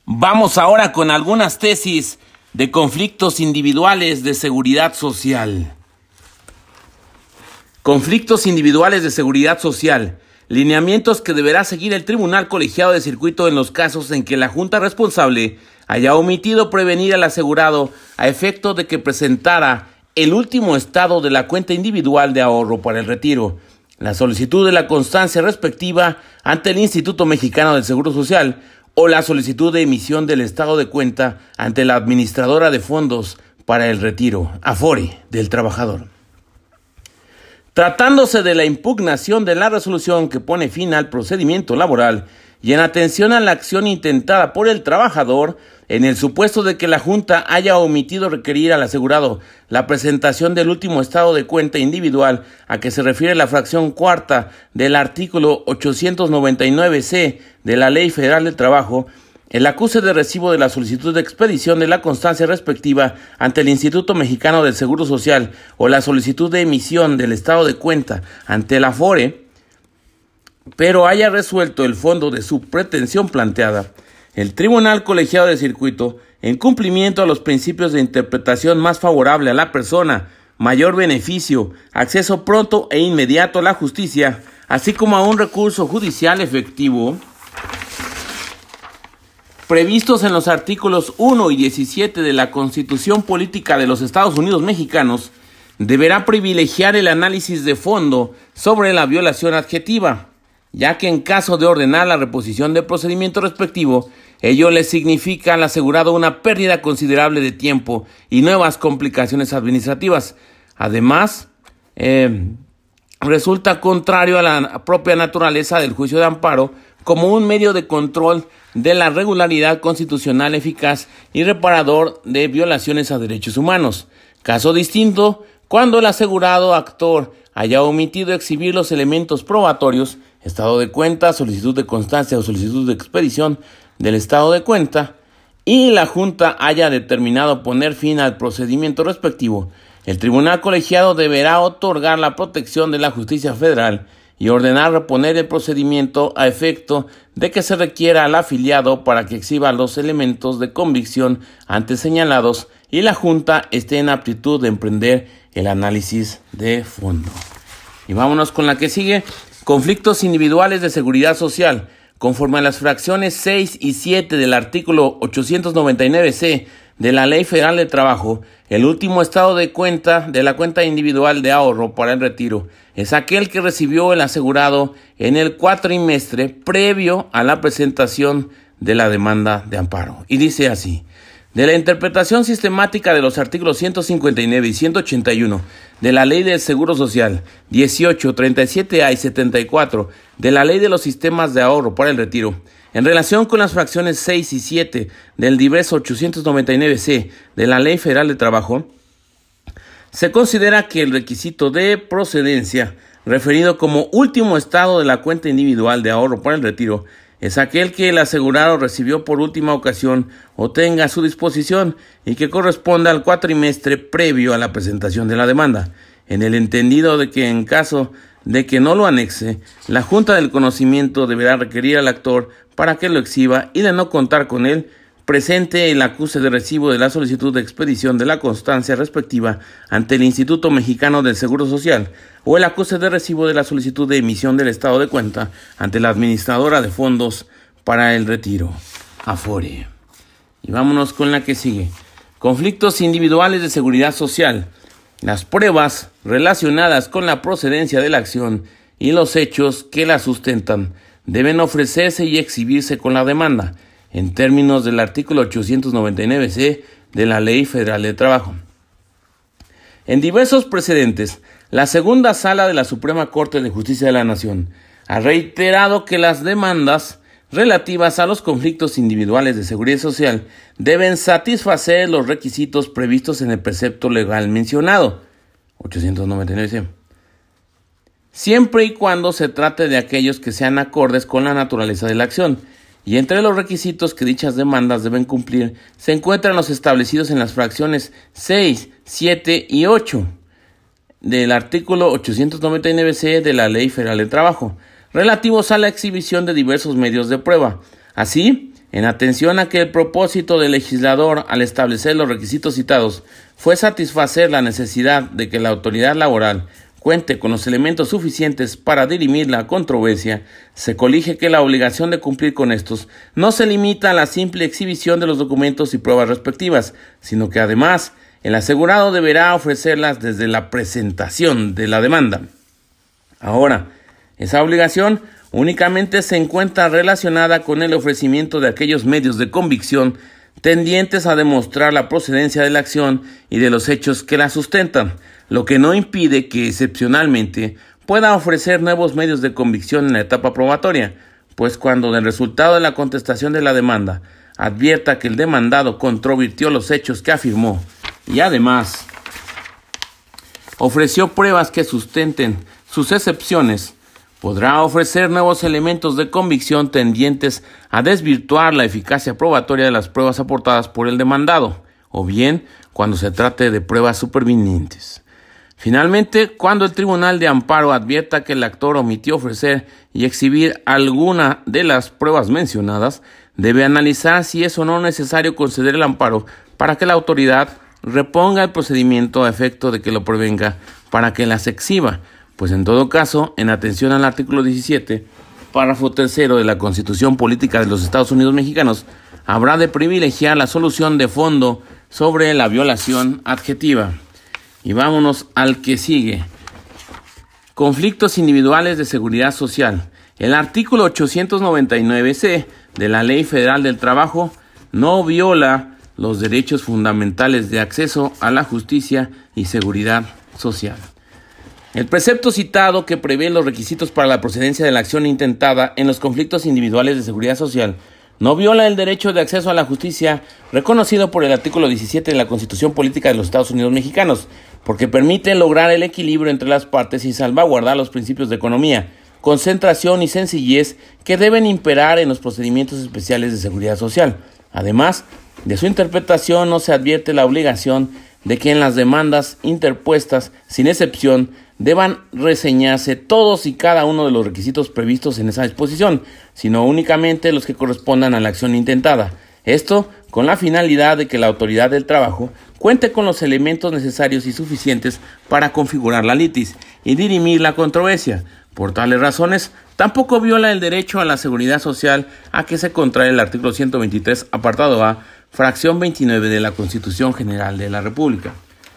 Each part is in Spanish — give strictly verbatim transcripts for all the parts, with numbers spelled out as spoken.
Vamos ahora con algunas tesis de conflictos individuales de seguridad social. Conflictos individuales de seguridad social. Lineamientos que deberá seguir el Tribunal Colegiado de Circuito en los casos en que la Junta responsable haya omitido prevenir al asegurado a efecto de que presentara el último estado de la cuenta individual de ahorro para el retiro, la solicitud de la constancia respectiva ante el Instituto Mexicano del Seguro Social o la solicitud de emisión del estado de cuenta ante la Administradora de Fondos para el Retiro, Afore, del trabajador. Tratándose de la impugnación de la resolución que pone fin al procedimiento laboral y en atención a la acción intentada por el trabajador, en el supuesto de que la Junta haya omitido requerir al asegurado la presentación del último estado de cuenta individual a que se refiere la fracción cuarta del artículo ochocientos noventa y nueve ce de la Ley Federal del Trabajo, el acuse de recibo de la solicitud de expedición de la constancia respectiva ante el Instituto Mexicano del Seguro Social o la solicitud de emisión del estado de cuenta ante la Afore, pero haya resuelto el fondo de su pretensión planteada, el Tribunal Colegiado de Circuito, en cumplimiento a los principios de interpretación más favorable a la persona, mayor beneficio, acceso pronto e inmediato a la justicia, así como a un recurso judicial efectivo, previstos en los artículos uno y diecisiete de la Constitución Política de los Estados Unidos Mexicanos, deberá privilegiar el análisis de fondo sobre la violación adjetiva, ya que en caso de ordenar la reposición del procedimiento respectivo, ello le significa al asegurado una pérdida considerable de tiempo y nuevas complicaciones administrativas. Además, eh, resulta contrario a la propia naturaleza del juicio de amparo como un medio de control de la regularidad constitucional eficaz y reparador de violaciones a derechos humanos. Caso distinto, cuando el asegurado actor haya omitido exhibir los elementos probatorios, estado de cuenta, solicitud de constancia o solicitud de expedición del estado de cuenta, y la Junta haya determinado poner fin al procedimiento respectivo, el Tribunal Colegiado deberá otorgar la protección de la justicia federal y ordenar reponer el procedimiento a efecto de que se requiera al afiliado para que exhiba los elementos de convicción antes señalados y la Junta esté en aptitud de emprender el análisis de fondo. Y vámonos con la que sigue. Conflictos individuales de seguridad social. Conforme a las fracciones seis y siete del artículo ochocientos noventa y nueve ce de la Ley Federal del Trabajo, el último estado de cuenta de la cuenta individual de ahorro para el retiro es aquel que recibió el asegurado en el cuatrimestre previo a la presentación de la demanda de amparo. Y dice así: de la interpretación sistemática de los artículos ciento cincuenta y nueve y ciento ochenta y uno de la Ley del Seguro Social, dieciocho, treinta y siete A y setenta y cuatro de la Ley de los Sistemas de Ahorro para el Retiro, en relación con las fracciones seis y siete del diverso ochocientos noventa y nueve ce de la Ley Federal de Trabajo, se considera que el requisito de procedencia, referido como último estado de la cuenta individual de ahorro para el retiro, es aquel que el asegurado recibió por última ocasión o tenga a su disposición y que corresponda al cuatrimestre previo a la presentación de la demanda, en el entendido de que en caso de que no lo anexe, la Junta del Conocimiento deberá requerir al actor para que lo exhiba y de no contar con él, presente el acuse de recibo de la solicitud de expedición de la constancia respectiva ante el Instituto Mexicano del Seguro Social o el acuse de recibo de la solicitud de emisión del estado de cuenta ante la Administradora de Fondos para el Retiro, Afore. Y vámonos con la que sigue. Conflictos individuales de seguridad social. Las pruebas relacionadas con la procedencia de la acción y los hechos que la sustentan deben ofrecerse y exhibirse con la demanda, en términos del artículo ochocientos noventa y nueve ce de la Ley Federal de Trabajo. En diversos precedentes, la Segunda Sala de la Suprema Corte de Justicia de la Nación ha reiterado que las demandas relativas a los conflictos individuales de seguridad social deben satisfacer los requisitos previstos en el precepto legal mencionado, ochocientos noventa y nueve ce, siempre y cuando se trate de aquellos que sean acordes con la naturaleza de la acción, y entre los requisitos que dichas demandas deben cumplir se encuentran los establecidos en las fracciones seis, siete y ocho del artículo ochocientos noventa y nueve ce de la Ley Federal de Trabajo, relativos a la exhibición de diversos medios de prueba. Así, En atención a que el propósito del legislador al establecer los requisitos citados fue satisfacer la necesidad de que la autoridad laboral cuente con los elementos suficientes para dirimir la controversia, se colige que la obligación de cumplir con estos no se limita a la simple exhibición de los documentos y pruebas respectivas, sino que además el asegurado deberá ofrecerlas desde la presentación de la demanda. Ahora, esa obligación únicamente se encuentra relacionada con el ofrecimiento de aquellos medios de convicción tendientes a demostrar la procedencia de la acción y de los hechos que la sustentan, lo que no impide que excepcionalmente pueda ofrecer nuevos medios de convicción en la etapa probatoria, pues cuando del resultado de la contestación de la demanda advierta que el demandado controvirtió los hechos que afirmó y además ofreció pruebas que sustenten sus excepciones, podrá ofrecer nuevos elementos de convicción tendientes a desvirtuar la eficacia probatoria de las pruebas aportadas por el demandado, o bien cuando se trate de pruebas supervinientes. Finalmente, cuando el Tribunal de Amparo advierta que el actor omitió ofrecer y exhibir alguna de las pruebas mencionadas, debe analizar si es o no necesario conceder el amparo para que la autoridad reponga el procedimiento a efecto de que lo prevenga para que las exhiba, pues en todo caso, en atención al artículo diecisiete, párrafo tercero de la Constitución Política de los Estados Unidos Mexicanos, habrá de privilegiar la solución de fondo sobre la violación adjetiva. Y vámonos al que sigue. Conflictos individuales de seguridad social. El artículo ochocientos noventa y nueve ce de la Ley Federal del Trabajo no viola los derechos fundamentales de acceso a la justicia y seguridad social. El precepto citado, que prevé los requisitos para la procedencia de la acción intentada en los conflictos individuales de seguridad social, no viola el derecho de acceso a la justicia reconocido por el artículo diecisiete de la Constitución Política de los Estados Unidos Mexicanos, porque permite lograr el equilibrio entre las partes y salvaguardar los principios de economía, concentración y sencillez que deben imperar en los procedimientos especiales de seguridad social. Además, de su interpretación no se advierte la obligación de que en las demandas interpuestas, sin excepción, deban reseñarse todos y cada uno de los requisitos previstos en esa disposición, sino únicamente los que correspondan a la acción intentada. Esto con la finalidad de que la autoridad del trabajo cuente con los elementos necesarios y suficientes para configurar la litis y dirimir la controversia. Por tales razones, tampoco viola el derecho a la seguridad social a que se contrae el artículo ciento veintitrés, apartado A, fracción veintinueve de la Constitución General de la República.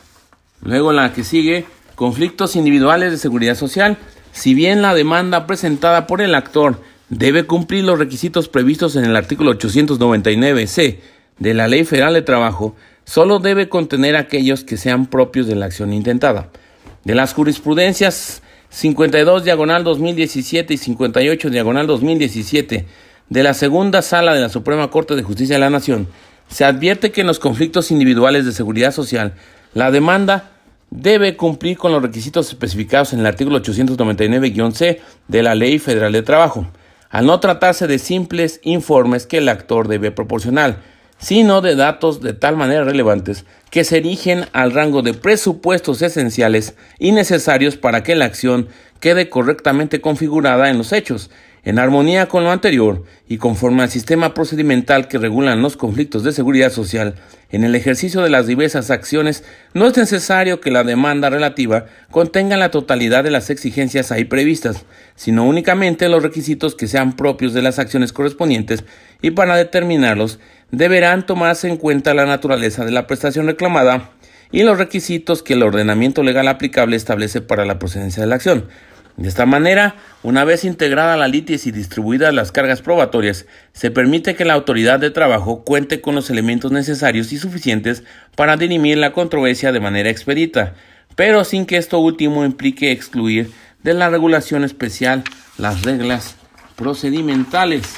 Luego la que sigue, conflictos individuales de seguridad social. Si bien la demanda presentada por el actor debe cumplir los requisitos previstos en el artículo ochocientos noventa y nueve ce de la Ley Federal de Trabajo, solo debe contener aquellos que sean propios de la acción intentada. De las jurisprudencias cincuenta y dos diagonal dos mil diecisiete y cincuenta y ocho diagonal dos mil diecisiete de la Segunda Sala de la Suprema Corte de Justicia de la Nación, se advierte que en los conflictos individuales de seguridad social, la demanda debe cumplir con los requisitos especificados en el artículo ochocientos noventa y nueve ce de la Ley Federal de Trabajo, al no tratarse de simples informes que el actor debe proporcionar, sino de datos de tal manera relevantes que se erigen al rango de presupuestos esenciales y necesarios para que la acción quede correctamente configurada en los hechos, en armonía con lo anterior y conforme al sistema procedimental que regulan los conflictos de seguridad social. En el ejercicio de las diversas acciones, no es necesario que la demanda relativa contenga la totalidad de las exigencias ahí previstas, sino únicamente los requisitos que sean propios de las acciones correspondientes, y para determinarlos deberán tomarse en cuenta la naturaleza de la prestación reclamada y los requisitos que el ordenamiento legal aplicable establece para la procedencia de la acción. De esta manera, una vez integrada la litis y distribuidas las cargas probatorias, se permite que la autoridad de trabajo cuente con los elementos necesarios y suficientes para dirimir la controversia de manera expedita, pero sin que esto último implique excluir de la regulación especial las reglas procedimentales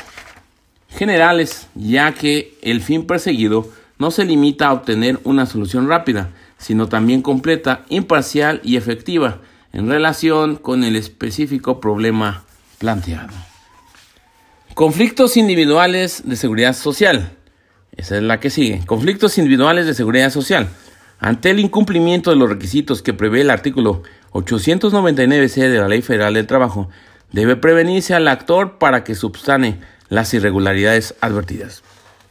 generales, ya que el fin perseguido no se limita a obtener una solución rápida, sino también completa, imparcial y efectiva, en relación con el específico problema planteado. Conflictos individuales de seguridad social. Esa es la que sigue. Conflictos individuales de seguridad social. Ante el incumplimiento de los requisitos que prevé el artículo ochocientos noventa y nueve ce de la Ley Federal del Trabajo, debe prevenirse al actor para que subsane las irregularidades advertidas.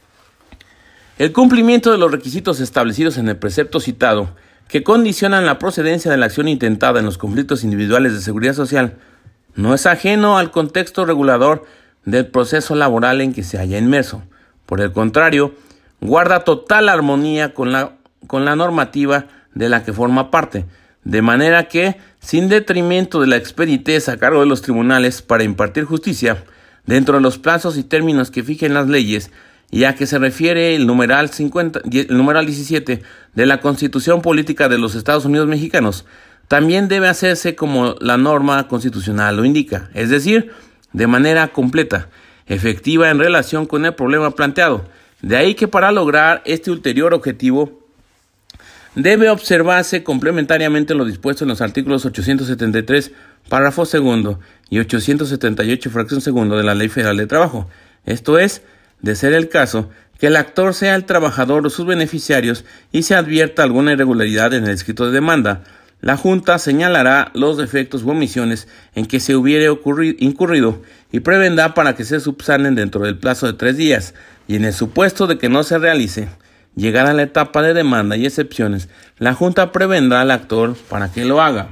El cumplimiento de los requisitos establecidos en el precepto citado, que condicionan la procedencia de la acción intentada en los conflictos individuales de seguridad social, no es ajeno al contexto regulador del proceso laboral en que se halla inmerso. Por el contrario, guarda total armonía con la, con la normativa de la que forma parte, de manera que, sin detrimento de la expeditez a cargo de los tribunales para impartir justicia, dentro de los plazos y términos que fijen las leyes, y a que se refiere el numeral, cincuenta, el numeral diecisiete de la Constitución Política de los Estados Unidos Mexicanos, también debe hacerse como la norma constitucional lo indica, es decir, de manera completa, efectiva en relación con el problema planteado. De ahí que para lograr este ulterior objetivo, debe observarse complementariamente lo dispuesto en los artículos ochocientos setenta y tres, párrafo segundo, y ochocientos setenta y ocho, fracción segundo de la Ley Federal de Trabajo. Esto es, de ser el caso, que el actor sea el trabajador o sus beneficiarios y se advierta alguna irregularidad en el escrito de demanda, la Junta señalará los defectos u omisiones en que se hubiere ocurrido, incurrido y prevendrá para que se subsanen dentro del plazo de tres días, y en el supuesto de que no se realice, llegar a la etapa de demanda y excepciones, la Junta prevendrá al actor para que lo haga.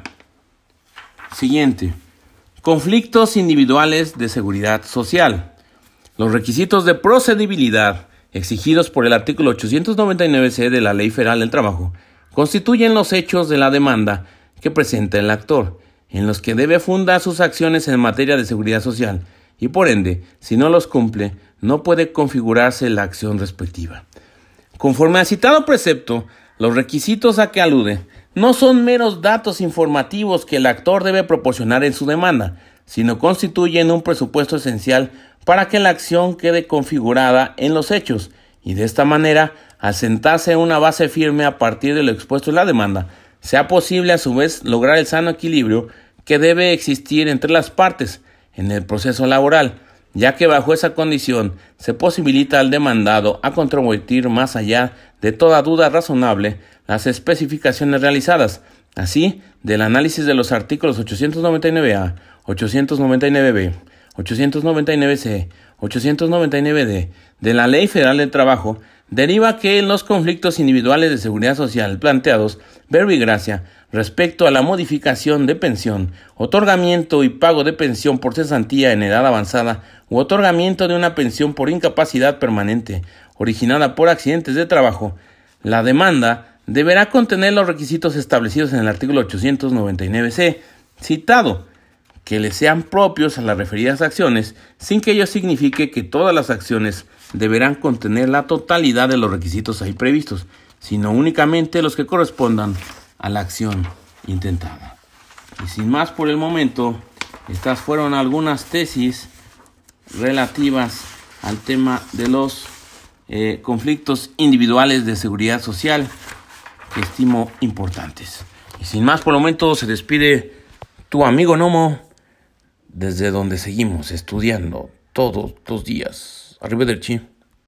Siguiente. Conflictos individuales de seguridad social. Los requisitos de procedibilidad exigidos por el artículo ochocientos noventa y nueve ce de la Ley Federal del Trabajo constituyen los hechos de la demanda que presenta el actor, en los que debe fundar sus acciones en materia de seguridad social, y por ende, si no los cumple, no puede configurarse la acción respectiva. Conforme al citado precepto, los requisitos a que alude no son meros datos informativos que el actor debe proporcionar en su demanda, sino constituyen un presupuesto esencial para que la acción quede configurada en los hechos, y de esta manera, al sentarse en una base firme a partir de lo expuesto en la demanda, sea posible a su vez lograr el sano equilibrio que debe existir entre las partes en el proceso laboral, ya que bajo esa condición se posibilita al demandado a controvertir más allá de toda duda razonable las especificaciones realizadas, así del análisis de los artículos ochocientos noventa y nueve a, ochocientos noventa y nueve be, ochocientos noventa y nueve ce, ochocientos noventa y nueve de de la Ley Federal del Trabajo, deriva que en los conflictos individuales de seguridad social planteados, verbo y gracia, respecto a la modificación de pensión, otorgamiento y pago de pensión por cesantía en edad avanzada u otorgamiento de una pensión por incapacidad permanente originada por accidentes de trabajo, la demanda deberá contener los requisitos establecidos en el artículo ochocientos noventa y nueve ce, citado, que le sean propios a las referidas acciones, sin que ello signifique que todas las acciones deberán contener la totalidad de los requisitos ahí previstos, sino únicamente los que correspondan a la acción intentada. Y sin más por el momento, estas fueron algunas tesis relativas al tema de los eh, conflictos individuales de seguridad social que estimo importantes. Y sin más por el momento, se despide tu amigo Nomo, desde donde seguimos estudiando todos los días. Arrivederci.